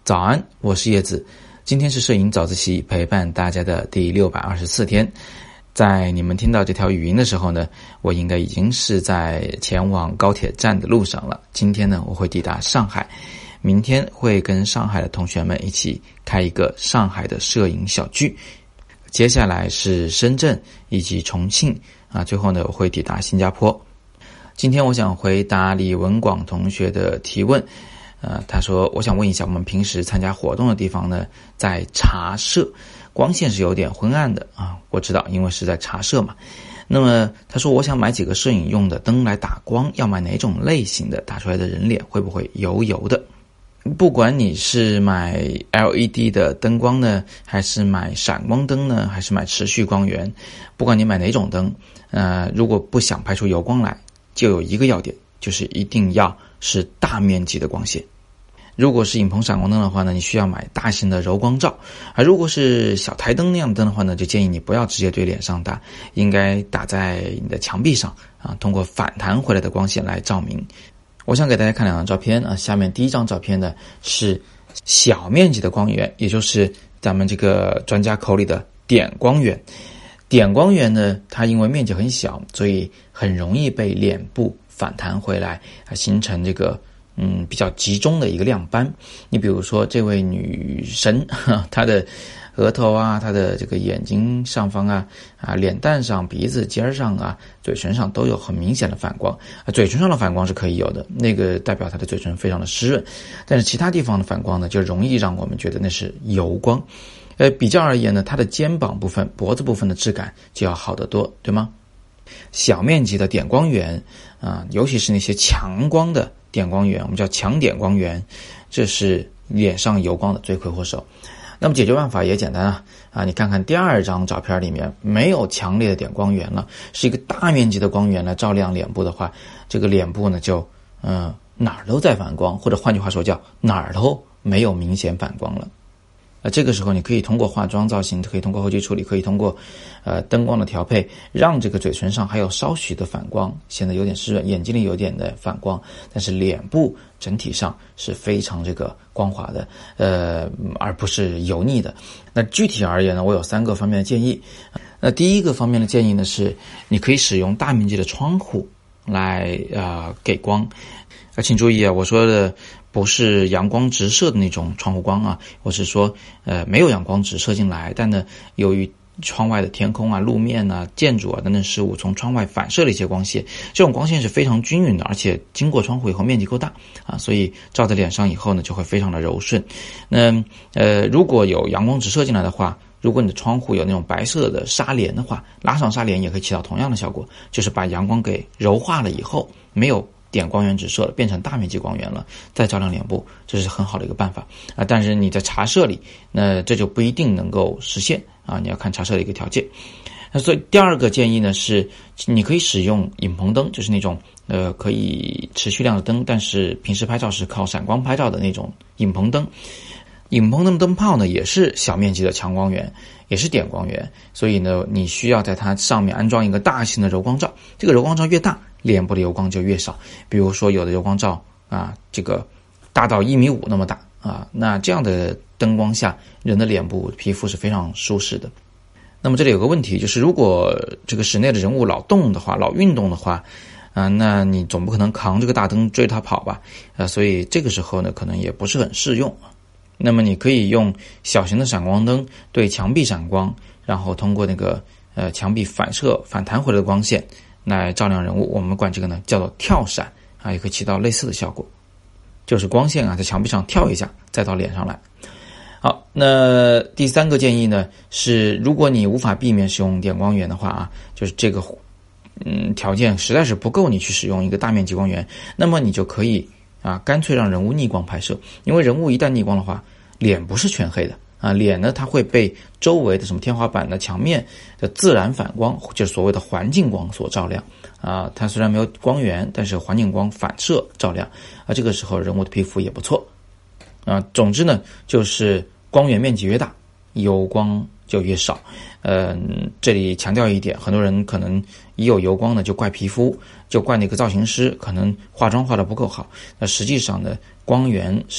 早安，我是叶子。今天是摄影早自习陪伴大家的第624天。在你们听到这条语音的时候呢，我应该已经是在前往高铁站的路上了。今天呢，我会抵达上海，明天会跟上海的同学们一起开一个上海的摄影小聚。接下来是深圳以及重庆最后呢，我会抵达新加坡。今天我想回答李文广同学的提问。他说我想问一下，我们平时参加活动的地方呢，在茶社，光线是有点昏暗的我知道，因为是在茶社嘛。那么他说我想买几个摄影用的灯来打光，要买哪种类型的？打出来的人脸会不会油油的？不管你是买 LED 的灯光呢，还是买闪光灯呢，还是买持续光源，不管你买哪种灯，如果不想拍出油光来，就有一个要点，就是一定要是大面积的光线。如果是影棚闪光灯的话呢，你需要买大型的柔光罩；如果是小台灯那样的灯的话呢，就建议你不要直接对脸上打，应该打在你的墙壁上通过反弹回来的光线来照明。我想给大家看两张照片下面第一张照片呢是小面积的光源，也就是咱们这个专家口里的点光源。点光源呢，它因为面积很小，所以很容易被脸部反弹回来形成这个比较集中的一个亮斑。你比如说这位女神她的额头她的这个眼睛上方脸蛋上、鼻子尖上嘴唇上都有很明显的反光嘴唇上的反光是可以有的，那个代表她的嘴唇非常的湿润，但是其他地方的反光呢，就容易让我们觉得那是油光。比较而言呢，它的肩膀部分、脖子部分的质感就要好得多，对吗？小面积的点光源尤其是那些强光的点光源，我们叫强点光源，这是脸上油光的罪魁祸首。那么解决办法也简单你看看第二张照片里面没有强烈的点光源了，是一个大面积的光源来照亮脸部的话，这个脸部呢就哪儿都在反光，或者换句话说叫哪儿都没有明显反光了。这个时候你可以通过化妆造型，可以通过后期处理，可以通过灯光的调配，让这个嘴唇上还有稍许的反光，显得有点湿润，眼睛里有点的反光，但是脸部整体上是非常这个光滑的而不是油腻的。那具体而言呢，我有3个方面的建议。那第一个方面的建议呢是你可以使用大面积的窗户来给光。请注意我说的不是阳光直射的那种窗户光我是说没有阳光直射进来，但呢由于窗外的天空路面建筑等等事物从窗外反射了一些光线，这种光线是非常均匀的，而且经过窗户以后面积够大所以照在脸上以后呢就会非常的柔顺。那如果有阳光直射进来的话，如果你的窗户有那种白色的纱帘的话，拉上纱帘也可以起到同样的效果，就是把阳光给柔化了以后，没有点光源直射了，变成大面积光源了，再照亮脸部，这是很好的一个办法但是你在茶社里，那这就不一定能够实现你要看茶社的一个条件。那所以第二个建议呢是，你可以使用影棚灯，就是那种可以持续亮的灯，但是平时拍照是靠闪光拍照的那种影棚灯。影棚灯灯泡呢也是小面积的强光源，也是点光源，所以呢你需要在它上面安装一个大型的柔光罩，这个柔光罩越大，脸部的油光就越少。比如说有的柔光罩这个大到1.5米那么大那这样的灯光下，人的脸部皮肤是非常舒适的。那么这里有个问题，就是如果这个室内的人物老动的话，老运动的话那你总不可能扛这个大灯追他跑吧所以这个时候呢可能也不是很适用。那么你可以用小型的闪光灯对墙壁闪光，然后通过那个墙壁反弹回来的光线来照亮人物，我们管这个呢叫做跳闪也可以起到类似的效果，就是光线在墙壁上跳一下再到脸上来。好，那第3个建议呢是，如果你无法避免使用点光源的话就是这个条件实在是不够你去使用一个大面积光源，那么你就可以干脆让人物逆光拍摄。因为人物一旦逆光的话，脸不是全黑的脸呢它会被周围的什么天花板的墙面的自然反光，就是所谓的环境光所照亮它虽然没有光源，但是环境光反射照亮这个时候人物的皮肤也不错总之呢就是光源面积越大，油光就越少。这里强调一点，很多人可能一有油光呢就怪皮肤，就怪那个造型师可能化妆化得不够好。那实际上呢，光源是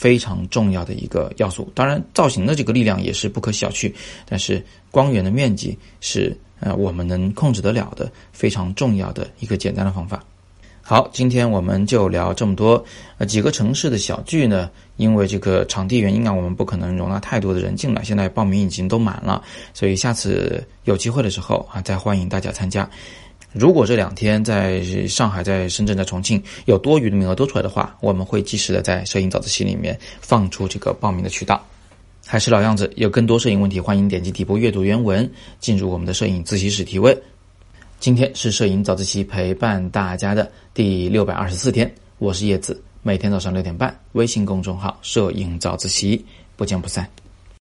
非常重要的一个要素。当然造型的这个力量也是不可小觑，但是光源的面积是我们能控制得了的非常重要的一个简单的方法。好，今天我们就聊这么多。几个城市的小聚呢，因为这个场地原因啊，我们不可能容纳太多的人进来，现在报名已经都满了，所以下次有机会的时候啊，再欢迎大家参加。如果这2天在上海、在深圳、在重庆有多余的名额多出来的话，我们会及时的在摄影早自习里面放出这个报名的渠道。还是老样子，有更多摄影问题，欢迎点击底部阅读原文，进入我们的摄影自习室提问。今天是摄影早自习陪伴大家的第624天，我是叶子，每天早上6点半，微信公众号摄影早自习，不见不散。